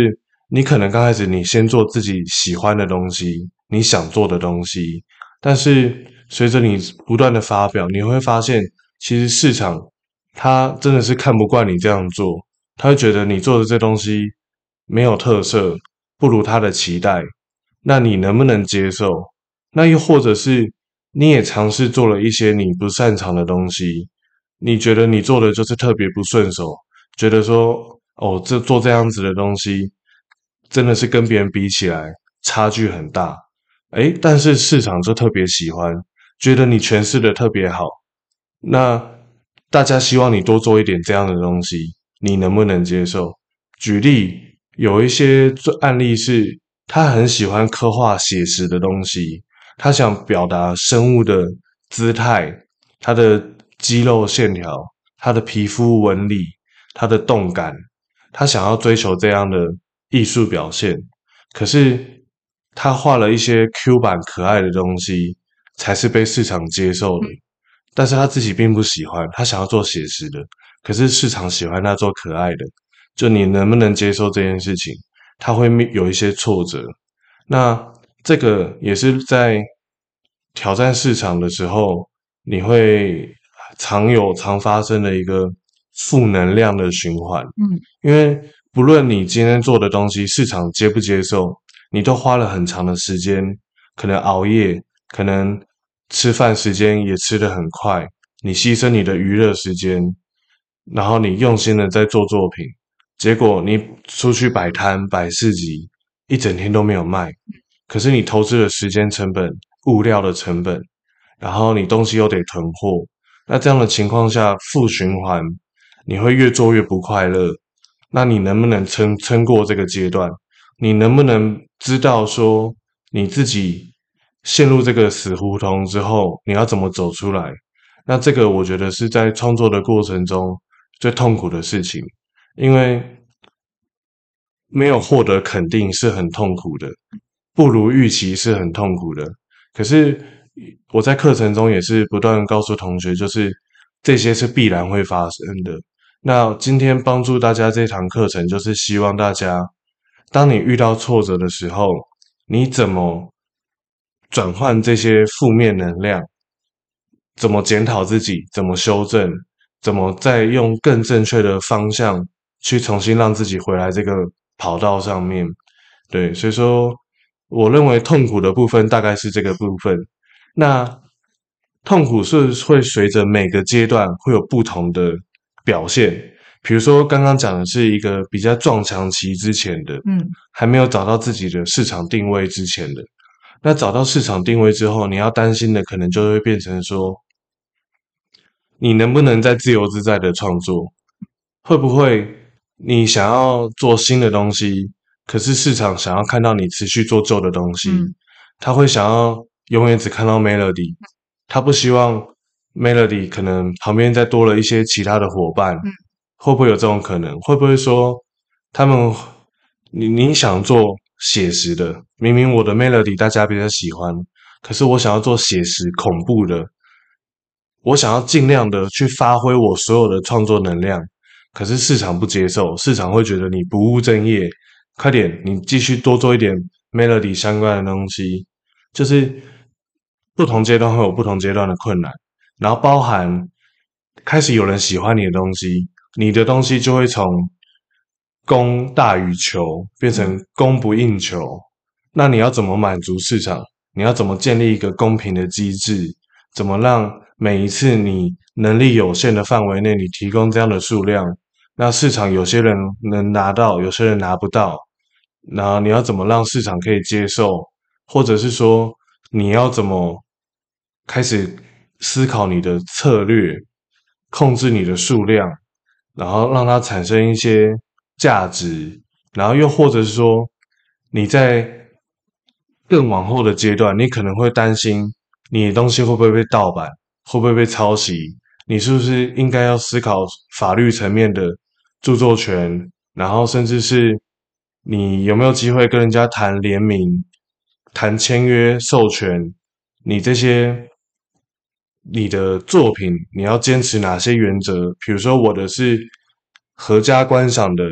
你可能刚开始你先做自己喜欢的东西，你想做的东西，但是随着你不断的发表，你会发现，其实市场它真的是看不惯你这样做，他会觉得你做的这东西没有特色，不如他的期待，那你能不能接受？那又或者是你也尝试做了一些你不擅长的东西，你觉得你做的就是特别不顺手，觉得说哦，做这样子的东西真的是跟别人比起来差距很大，诶，但是市场就特别喜欢，觉得你诠释的特别好，那大家希望你多做一点这样的东西，你能不能接受？举例，有一些案例是，他很喜欢刻画写实的东西，他想表达生物的姿态，他的肌肉线条，他的皮肤纹理，他的动感，他想要追求这样的艺术表现。可是他画了一些 Q 版可爱的东西，才是被市场接受的。但是他自己并不喜欢，他想要做写实的，可是市场喜欢他做可爱的。就你能不能接受这件事情，他会有一些挫折。那这个也是在挑战市场的时候，你会常发生的一个负能量的循环。 嗯因为不论你今天做的东西市场接不接受，你都花了很长的时间，可能熬夜，可能吃饭时间也吃得很快，你牺牲你的娱乐时间，然后你用心的在做作品，结果你出去摆摊摆市集，一整天都没有卖，可是你投资了时间成本、物料的成本，然后你东西又得囤货，那这样的情况下负循环，你会越做越不快乐。那你能不能撑过这个阶段？你能不能知道说你自己陷入这个死胡同之后，你要怎么走出来？那这个我觉得是在创作的过程中最痛苦的事情，因为没有获得肯定是很痛苦的，不如预期是很痛苦的。可是我在课程中也是不断告诉同学，就是这些是必然会发生的。那今天帮助大家这堂课程，就是希望大家，当你遇到挫折的时候，你怎么转换这些负面能量？怎么检讨自己？怎么修正？怎么再用更正确的方向去重新让自己回来这个跑道上面？对，所以说，我认为痛苦的部分大概是这个部分。那痛苦是会随着每个阶段会有不同的表现。比如说，刚刚讲的是一个比较撞墙期之前的， 嗯还没有找到自己的市场定位之前的。那找到市场定位之后，你要担心的可能就会变成说，你能不能在自由自在的创作？会不会你想要做新的东西，可是市场想要看到你持续做旧的东西， 嗯他会想要永远只看到 melody，他不希望 melody 可能旁边再多了一些其他的伙伴， 嗯会不会有这种可能？会不会说他们你想做写实的，明明我的 melody 大家比较喜欢，可是我想要做写实恐怖的，我想要尽量的去发挥我所有的创作能量，可是市场不接受，市场会觉得你不务正业，快点，你继续多做一点 melody 相关的东西，就是不同阶段会有不同阶段的困难，然后包含开始有人喜欢你的东西，你的东西就会从供大于求变成供不应求，那你要怎么满足市场？你要怎么建立一个公平的机制？怎么让每一次你能力有限的范围内，你提供这样的数量，那市场有些人能拿到，有些人拿不到，那你要怎么让市场可以接受？或者是说，你要怎么开始思考你的策略，控制你的数量，然后让它产生一些价值，然后又或者是说，你在更往后的阶段，你可能会担心你的东西会不会被盗版，会不会被抄袭，你是不是应该要思考法律层面的著作权，然后甚至是你有没有机会跟人家谈联名、谈签约授权，你这些你的作品，你要坚持哪些原则？比如说，我的是合家观赏的，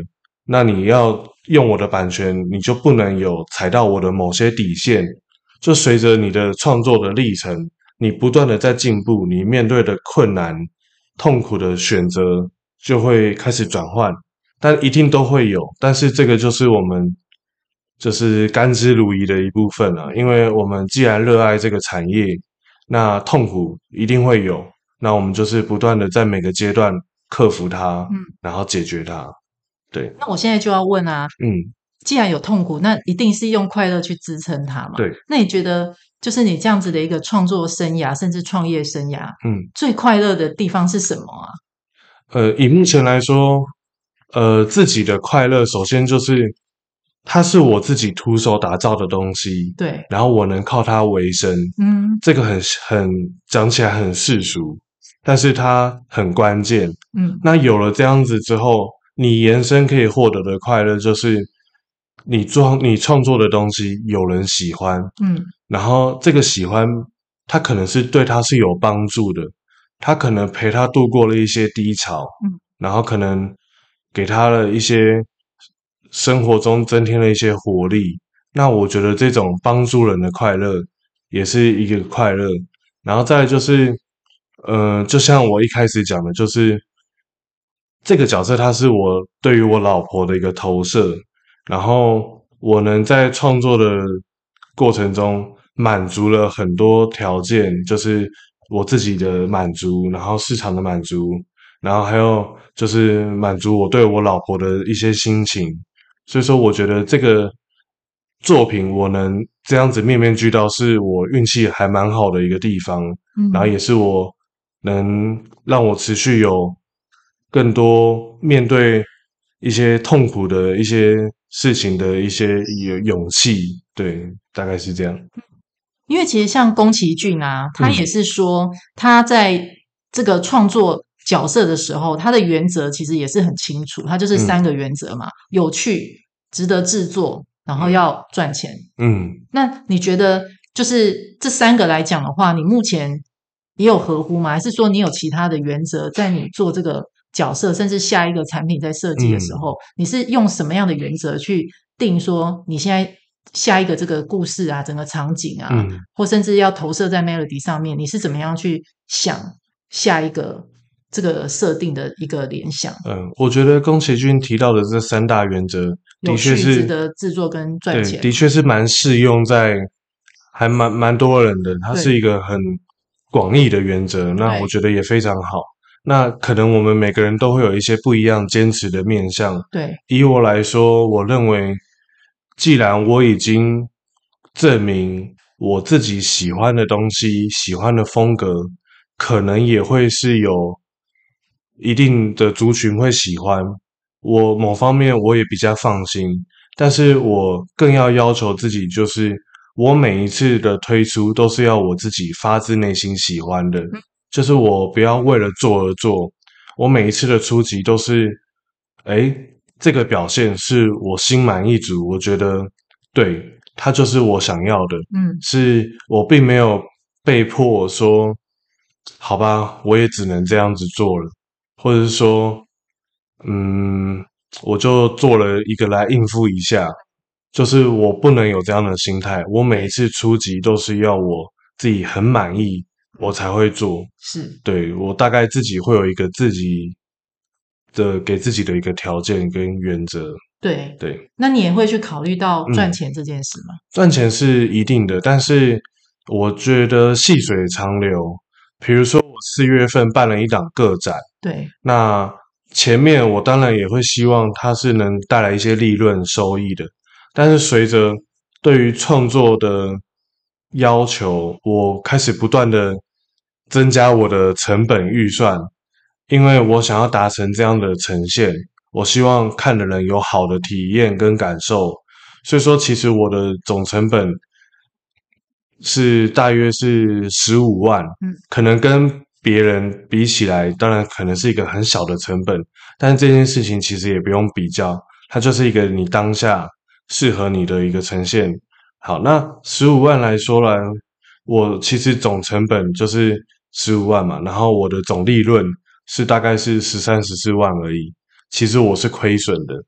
那你要用我的版权，你就不能有踩到我的某些底线。就随着你的创作的历程，你不断的在进步，你面对的困难、痛苦的选择就会开始转换，但一定都会有。但是这个就是我们就是甘之如饴的一部分啊，因为我们既然热爱这个产业，那痛苦一定会有，那我们就是不断的在每个阶段克服它，然后解决它。对， 那我现在就要问啊， 嗯， 既然有痛苦，那一定是用快乐去支撑它嘛？ 对， 那你觉得，就是你这样子的一个创作生涯，甚至创业生涯， 嗯。 最快乐的地方是什么啊？ 以目前来说，自己的快乐，首先就是它是我自己徒手打造的东西， 对， 然后我能靠它为生， 嗯这个很讲起来很世俗，但是它很关键。 嗯那有了这样子之后，你延伸可以获得的快乐，就是你创作的东西有人喜欢， 嗯然后这个喜欢，他可能是对他是有帮助的，他可能陪他度过了一些低潮， 嗯， 然后可能给他了一些生活中增添了一些活力。那我觉得这种帮助人的快乐也是一个快乐。然后再来就是，就像我一开始讲的，就是这个角色他是我对于我老婆的一个投射，然后我能在创作的过程中满足了很多条件，就是我自己的满足，然后市场的满足，然后还有就是满足我对我老婆的一些心情。所以说，我觉得这个作品我能这样子面面俱到，是我运气还蛮好的一个地方，然后嗯， 也是我能让我持续有更多面对一些痛苦的一些事情的一些勇气。对，大概是这样。 因为其实像宫崎骏啊，他也嗯是说他在这个创作角色的时候，他的原则其实也是很清楚，他就是嗯三个原则嘛：有趣、值得制作，然后要赚钱。 嗯。 那你觉得就是这三个来讲的话，你目前也有合乎吗？还是说你有其他的原则，在你做这个角色，甚至下一个产品在设计的时嗯候，你是用什么样的原则去定说你现在下一个这个故事啊，整个场景啊， 嗯或甚至要投射在 melody 上面，你是怎么样去想下一个这个设定的一个联想？ 我觉得宫崎骏提到的这三大原则，的有趣、值确是得制作跟赚对， 钱嘛？ 的确是蛮适用在还蛮多人的，它是对一个很广义的原则，那我对觉得也非常好。那可能我们每个人都会有一些不一样坚持的面向。 对， 以我来说，我认为，既然我已经证明我自己喜欢的东西、喜欢的风格，可能也会是有一定的族群会喜欢。我某方面我也比较放心，但是我更要求自己，就是我每一次的推出都是要我自己发自内心喜欢的，就是我不要为了做而做。我每一次的出击都是，诶，这个表现是我心满意足，我觉得对，它就是我想要的， 嗯。 是我并没有被迫说，好吧，我也只能这样子做了。或者是说，嗯，我就做了一个来应付一下，就是我不能有这样的心态。我每一次出击都是要我自己很满意，我才会做。 是， 对，我大概自己会有一个自己的给自己的一个条件跟原则。 对。 对， 那你也会去考虑到赚嗯， 钱这件事吗？ 赚钱是一定的，但是我觉得细水长流。比如说，我4月份办了一档个展。 对， 那前面我当然也会希望它是能带来一些利润收益的，但是随着对于创作的要求，我开始不断的增加我的成本预算，因为我想要达成这样的呈现，我希望看的人有好的体验跟感受，所以说其实我的总成本是大约是15万， 嗯， 可能跟别人比起来，当然可能是一个很小的成本，但是这件事情其实也不用比较，它就是一个你当下适合你的一个呈现。好，那15万来说来，我其实总成本就是15万嘛，然后我的总利润是大概是13、14万而已，其实我是亏损的。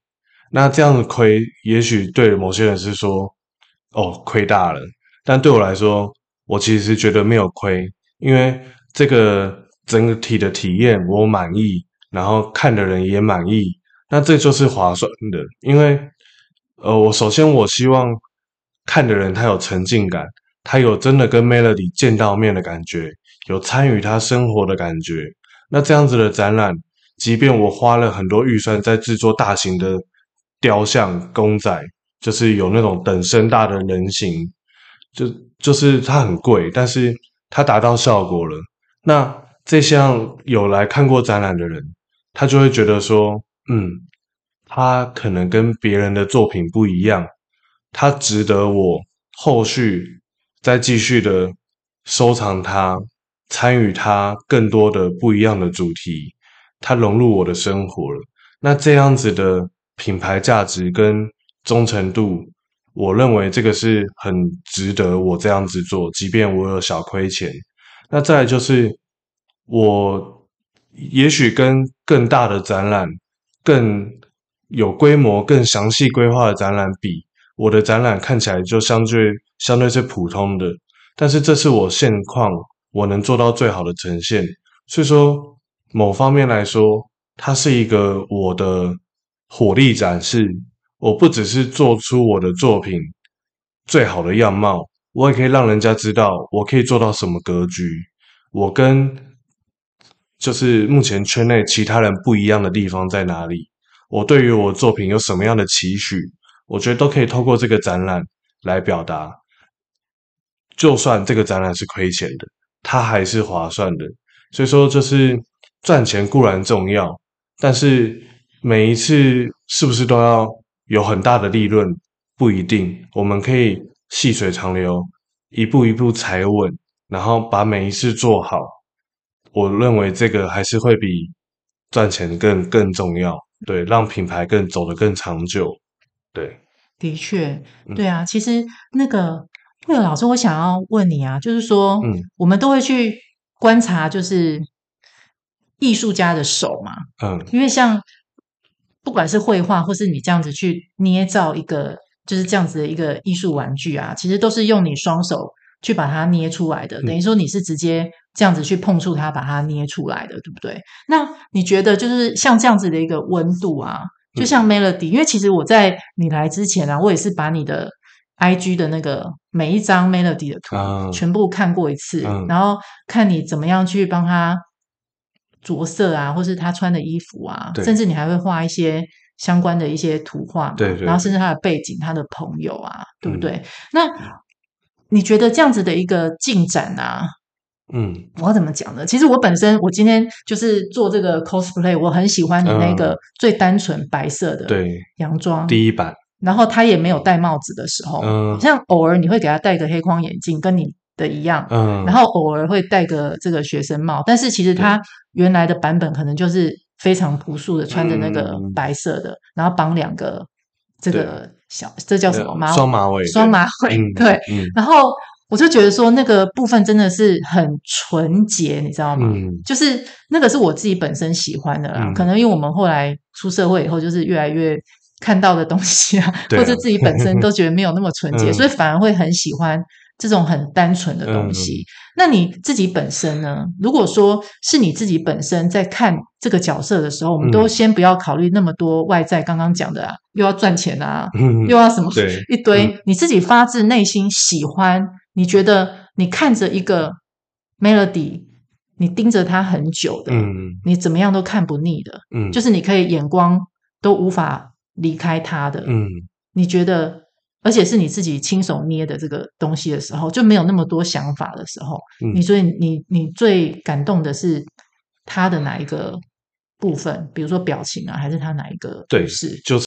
那这样的亏，也许对某些人是说，哦，亏大了，但对我来说，我其实觉得没有亏，因为这个整体的体验我满意，然后看的人也满意，那这就是划算的。因为我首先我希望看的人他有沉浸感，他有真的跟 Melody 见到面的感觉，有参与他生活的感觉。那这样子的展览，即便我花了很多预算在制作大型的雕像公仔，就是有那种等身大的人形，就就是它很贵，但是它达到效果了。那这项有来看过展览的人，他就会觉得说，他可能跟别人的作品不一样，他值得我后续再继续的收藏它，参与它更多的不一样的主题，它融入我的生活了。那这样子的品牌价值跟忠诚度，我认为这个是很值得我这样子做，即便我有小亏钱。那再来就是我也许跟更大的展览、更有规模、更详细规划的展览比，我的展览看起来就相对是普通的，但是这是我现况我能做到最好的呈现。所以说，某方面来说，它是一个我的火力展示。我不只是做出我的作品最好的样貌，我也可以让人家知道我可以做到什么格局。我跟就是目前圈内其他人不一样的地方在哪里？我对于我作品有什么样的期许？我觉得都可以透过这个展览来表达。就算这个展览是亏钱的，它还是划算的。所以说，就是赚钱固然重要，但是每一次是不是都要有很大的利润，不一定。我们可以细水长流，一步一步踩稳，然后把每一次做好。我认为这个还是会比赚钱更重要，对，让品牌走得更长久，对， 的确，对啊，其实那个老师，我想要问你啊，就是说， 嗯我们都会去观察，就是艺术家的手嘛， 嗯， 因为像不管是绘画，或是你这样子去捏造一个就是这样子的一个艺术玩具啊，其实都是用你双手去把它捏出来的，等于说你是直接这样子去碰触它，把它捏出来的，对不对？那你觉得就是像这样子的一个温度啊，就像 Melody，因为其实我在你来之前啊，我也是把你的 IG 的那个每一张 Melody 的图啊， 全部看过一次， 嗯， 然后看你怎么样去帮他着色啊，或是他穿的衣服啊，甚对至你还会画一些相关的一些图画嘛，然对对对， 后甚至他的背景、他的朋友啊，对不嗯对？那你觉得这样子的一个进展啊， 嗯我要怎么讲呢？其实我本身我今天就是做这个 cosplay，我很喜欢你那个嗯， 最单纯白色的对， 洋装， 第一版， 然后他也没有戴帽子的时候，好嗯像偶尔你会给他戴个黑框眼镜，跟你的一样，然嗯， 后偶尔会戴个这个学生帽，但是其实对， 他原来的版本可能就是非常朴素的，穿着那个嗯， 白色的，然后绑两个这对， 个这叫什么双马尾，对， 双马尾， 嗯对， 嗯然后我就觉得说那个部分真的是很纯洁，你知道吗？ 嗯就是那个是我自己本身喜欢的啦，可嗯， 能因为我们后来出社会以后，就是越来越看到的东西啊，或对啊， 者自己本身都觉得没有那么纯洁，所以嗯反而会很喜欢这种很单纯的东西。 嗯那你自己本身呢？如果说是你自己本身在看这个角色的时候，我们都嗯先不要考虑那么多外在，刚刚讲的啊，又要赚钱啊， 嗯， 又要什么对， 一堆，你自己发自内心喜欢，你觉得你看着一个 melody，你盯着它很久的， 嗯你怎么样都看不腻的， 嗯就是你可以眼光都无法离开它的。 嗯你觉得，而且是你自己亲手捏的这个东西的时候，就没有那么多想法的时候， 嗯， 所以你最感动的是他的哪一个部分？比如说表情啊，还是他哪一个故对， 事？ 就是。